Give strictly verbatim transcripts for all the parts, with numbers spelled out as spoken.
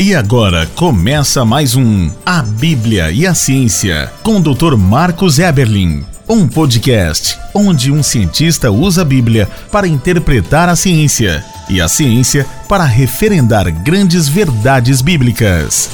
E agora começa mais um A Bíblia e a Ciência, com o doutor Marcos Eberlin. Um podcast onde um cientista usa a Bíblia para interpretar a ciência e a ciência para referendar grandes verdades bíblicas.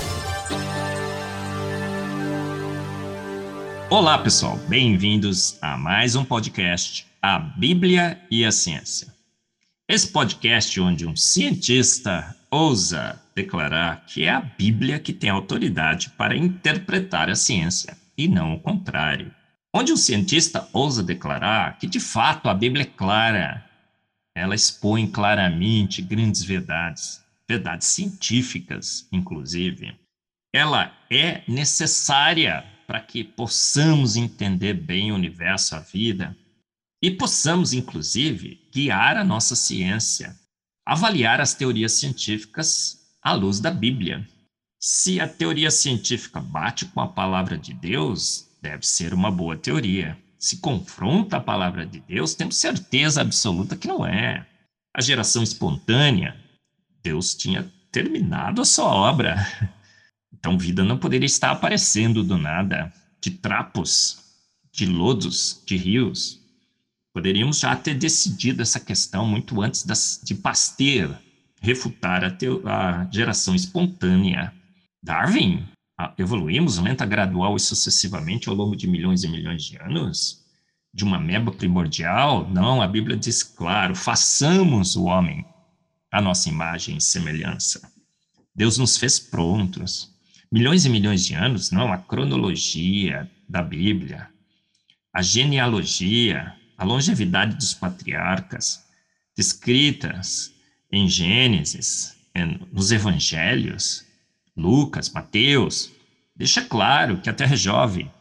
Olá, pessoal. Bem-vindos a mais um podcast, A Bíblia e a Ciência. Esse podcast onde um cientista ousa declarar que é a Bíblia que tem autoridade para interpretar a ciência, e não o contrário. Onde um cientista ousa declarar que, de fato, a Bíblia é clara. Ela expõe claramente grandes verdades, verdades científicas, inclusive. Ela é necessária para que possamos entender bem o universo, a vida, e possamos, inclusive, guiar a nossa ciência, avaliar as teorias científicas à luz da Bíblia. Se a teoria científica bate com a palavra de Deus, deve ser uma boa teoria. Se confronta a palavra de Deus, temos certeza absoluta que não é. A geração espontânea, Deus tinha terminado a sua obra. Então, vida não poderia estar aparecendo do nada, de trapos, de lodos, de rios. Poderíamos já ter decidido essa questão muito antes das, de Pasteur refutar a, teo, a geração espontânea. Darwin? Ah, evoluímos lenta, gradual e sucessivamente ao longo de milhões e milhões de anos? De uma ameba primordial? Não, a Bíblia diz claro, façamos o homem à nossa imagem e semelhança. Deus nos fez prontos. Milhões e milhões de anos? Não, a cronologia da Bíblia, a genealogia, a longevidade dos patriarcas, descritas em Gênesis, nos Evangelhos, Lucas, Mateus, deixa claro que a Terra é jovem.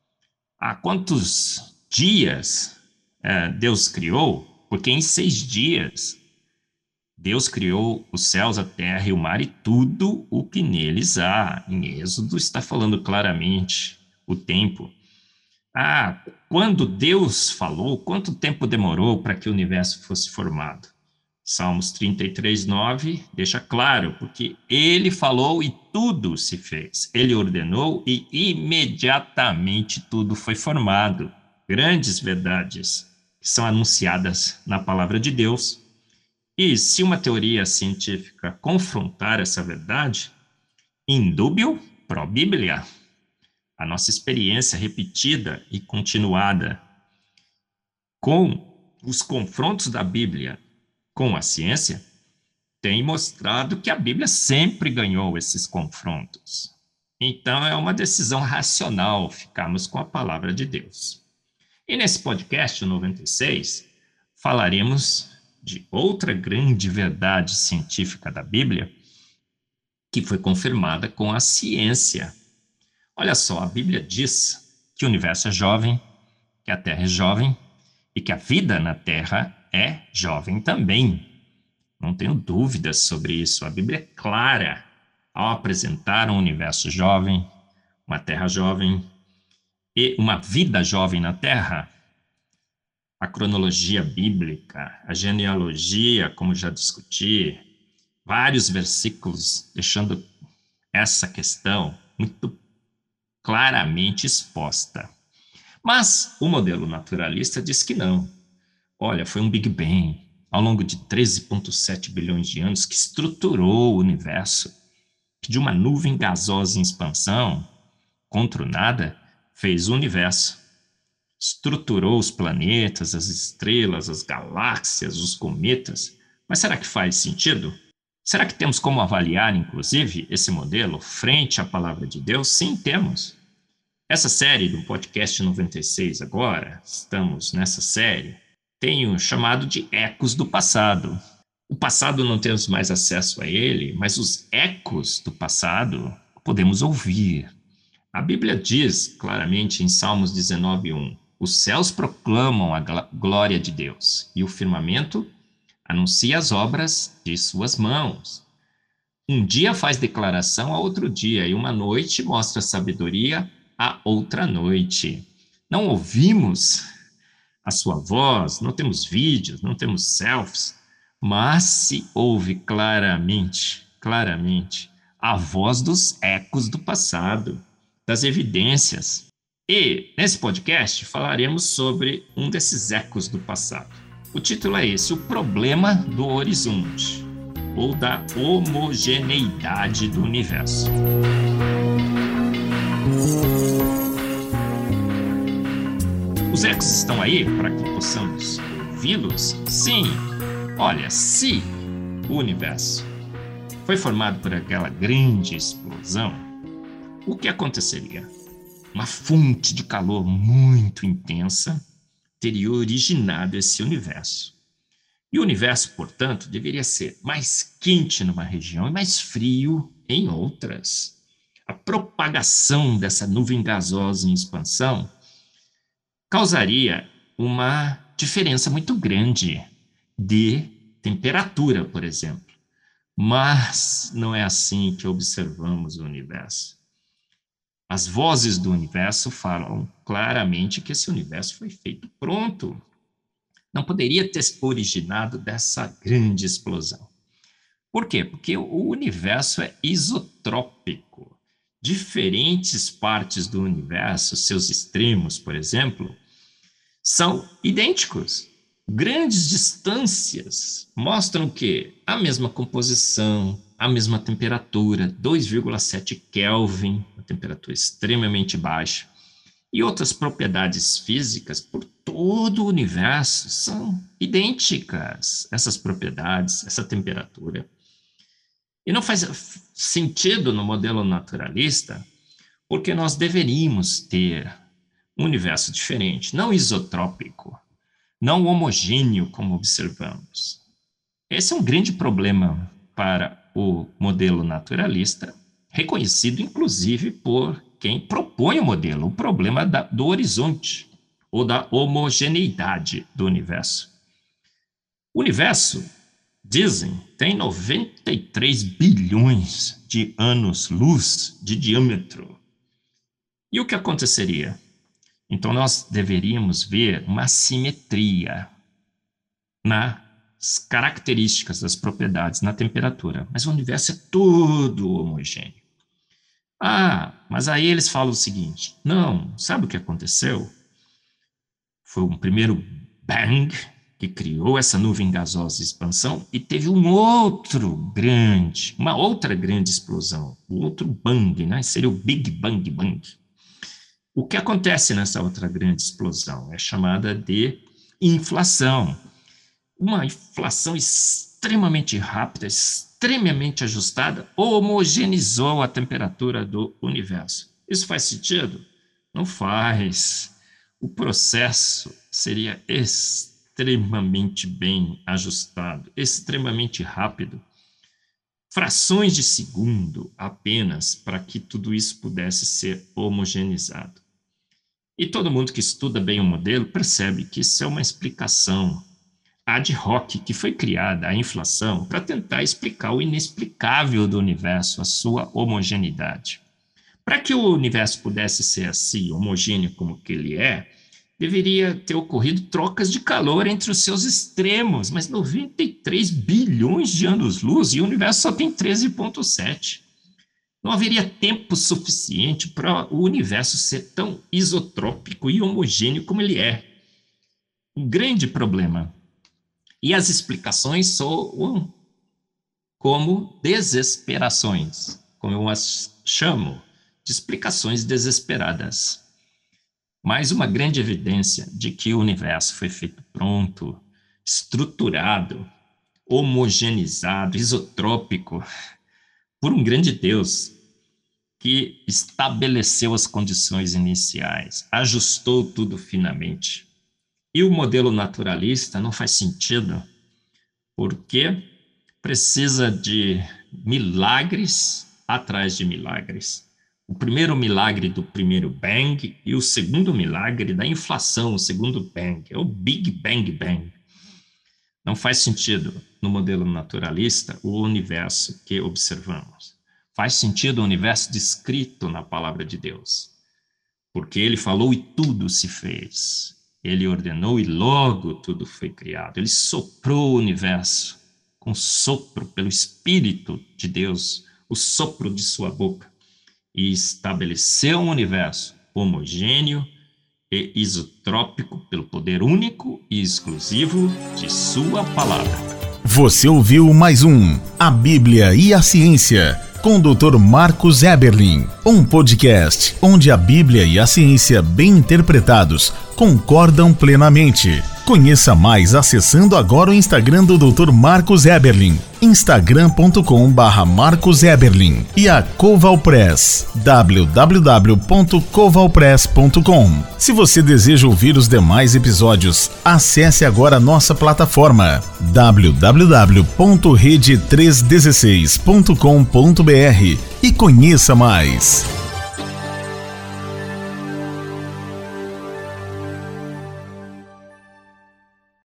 Há quantos dias é, Deus criou? Porque em seis dias Deus criou os céus, a terra e o mar e tudo o que neles há. Em Êxodo está falando claramente o tempo. Ah, quando Deus falou, quanto tempo demorou para que o universo fosse formado? Salmos trinta e três, nove deixa claro, porque ele falou e tudo se fez. Ele ordenou e imediatamente tudo foi formado. Grandes verdades que são anunciadas na palavra de Deus. E se uma teoria científica confrontar essa verdade, indúbio pro Bíblia. A nossa experiência repetida e continuada com os confrontos da Bíblia com a ciência tem mostrado que a Bíblia sempre ganhou esses confrontos. Então, é uma decisão racional ficarmos com a palavra de Deus. E nesse podcast, o noventa e seis, falaremos de outra grande verdade científica da Bíblia que foi confirmada com a ciência. Olha só, a Bíblia diz que o universo é jovem, que a Terra é jovem e que a vida na Terra é jovem também. Não tenho dúvidas sobre isso. A Bíblia é clara ao apresentar um universo jovem, uma Terra jovem e uma vida jovem na Terra. A cronologia bíblica, a genealogia, como já discuti, vários versículos deixando essa questão muito claramente exposta. Mas o modelo naturalista diz que não. Olha, foi um Big Bang, ao longo de treze vírgula sete bilhões de anos, que estruturou o universo, que de uma nuvem gasosa em expansão, contra o nada, fez o universo. Estruturou os planetas, as estrelas, as galáxias, os cometas. Mas será que faz sentido? Será que temos como avaliar, inclusive, esse modelo frente à palavra de Deus? Sim, temos. Essa série do podcast noventa e seis agora, estamos nessa série, tem o chamado de ecos do passado. O passado não temos mais acesso a ele, mas os ecos do passado podemos ouvir. A Bíblia diz claramente em Salmos dezenove, um, os céus proclamam a glória de Deus e o firmamento anuncia as obras de suas mãos. Um dia faz declaração a outro dia e uma noite mostra sabedoria a outra noite. Não ouvimos a sua voz, não temos vídeos, não temos selfies, mas se ouve claramente, claramente a voz dos ecos do passado, das evidências. E, nesse podcast, falaremos sobre um desses ecos do passado. O título é esse: O Problema do Horizonte, ou da homogeneidade do universo. Os ecos estão aí para que possamos ouvi-los? Sim. Olha, se o universo foi formado por aquela grande explosão, o que aconteceria? Uma fonte de calor muito intensa teria originado esse universo. E o universo, portanto, deveria ser mais quente numa região e mais frio em outras. A propagação dessa nuvem gasosa em expansão causaria uma diferença muito grande de temperatura, por exemplo. Mas não é assim que observamos o universo. As vozes do universo falam claramente que esse universo foi feito pronto. Não poderia ter originado dessa grande explosão. Por quê? Porque o universo é isotrópico. Diferentes partes do universo, seus extremos, por exemplo, são idênticos. Grandes distâncias mostram que a mesma composição, a mesma temperatura, dois vírgula sete Kelvin, uma temperatura extremamente baixa, e outras propriedades físicas por todo o universo são idênticas, essas propriedades, essa temperatura. E não faz sentido no modelo naturalista, porque nós deveríamos ter um universo diferente, não isotrópico, não homogêneo, como observamos. Esse é um grande problema para o modelo naturalista, reconhecido inclusive por quem propõe o modelo, o problema da, do horizonte, ou da homogeneidade do universo. O universo, dizem, tem noventa e três bilhões de anos-luz de diâmetro. E o que aconteceria? Então, nós deveríamos ver uma assimetria nas características das propriedades, na temperatura. Mas o universo é todo homogêneo. Ah, mas aí eles falam o seguinte: não, sabe o que aconteceu? Foi um primeiro bang que criou essa nuvem gasosa de expansão e teve um outro grande, uma outra grande explosão, o outro bang, né? Seria o Big Bang Bang. O que acontece nessa outra grande explosão é chamada de inflação. Uma inflação extremamente rápida, extremamente ajustada, homogeneizou a temperatura do universo. Isso faz sentido? Não faz. O processo seria extremamente bem ajustado, extremamente rápido. Frações de segundo apenas para que tudo isso pudesse ser homogeneizado. E todo mundo que estuda bem o modelo percebe que isso é uma explicação ad hoc que foi criada, a inflação, para tentar explicar o inexplicável do universo, a sua homogeneidade. Para que o universo pudesse ser assim, homogêneo como que ele é, deveria ter ocorrido trocas de calor entre os seus extremos, mas noventa e três bilhões de anos-luz e o universo só tem treze vírgula sete. Não haveria tempo suficiente para o universo ser tão isotrópico e homogêneo como ele é. Um grande problema. E as explicações soam como desesperações, como eu as chamo, de explicações desesperadas. Mais uma grande evidência de que o universo foi feito pronto, estruturado, homogeneizado, isotrópico, por um grande Deus que estabeleceu as condições iniciais, ajustou tudo finamente. E o modelo naturalista não faz sentido, porque precisa de milagres atrás de milagres. O primeiro milagre do primeiro bang e o segundo milagre da inflação, o segundo bang, é o Big Bang Bang. Não faz sentido no modelo naturalista o universo que observamos. Faz sentido o universo descrito na palavra de Deus, porque ele falou e tudo se fez. Ele ordenou e logo tudo foi criado. Ele soprou o universo com sopro pelo Espírito de Deus, o sopro de sua boca, e estabeleceu um universo homogêneo e isotrópico pelo poder único e exclusivo de sua palavra. Você ouviu mais um A Bíblia e a Ciência, com o doutor Marcos Eberlin, um podcast onde a Bíblia e a ciência bem interpretados concordam plenamente. Conheça mais acessando agora o Instagram do doutor Marcos Eberlin, instagram ponto com barra Marcos Eberlin, e a Coval Press, w w w ponto coval press ponto com. Se você deseja ouvir os demais episódios, acesse agora a nossa plataforma w w w ponto rede trezentos e dezesseis ponto com ponto b r e conheça mais.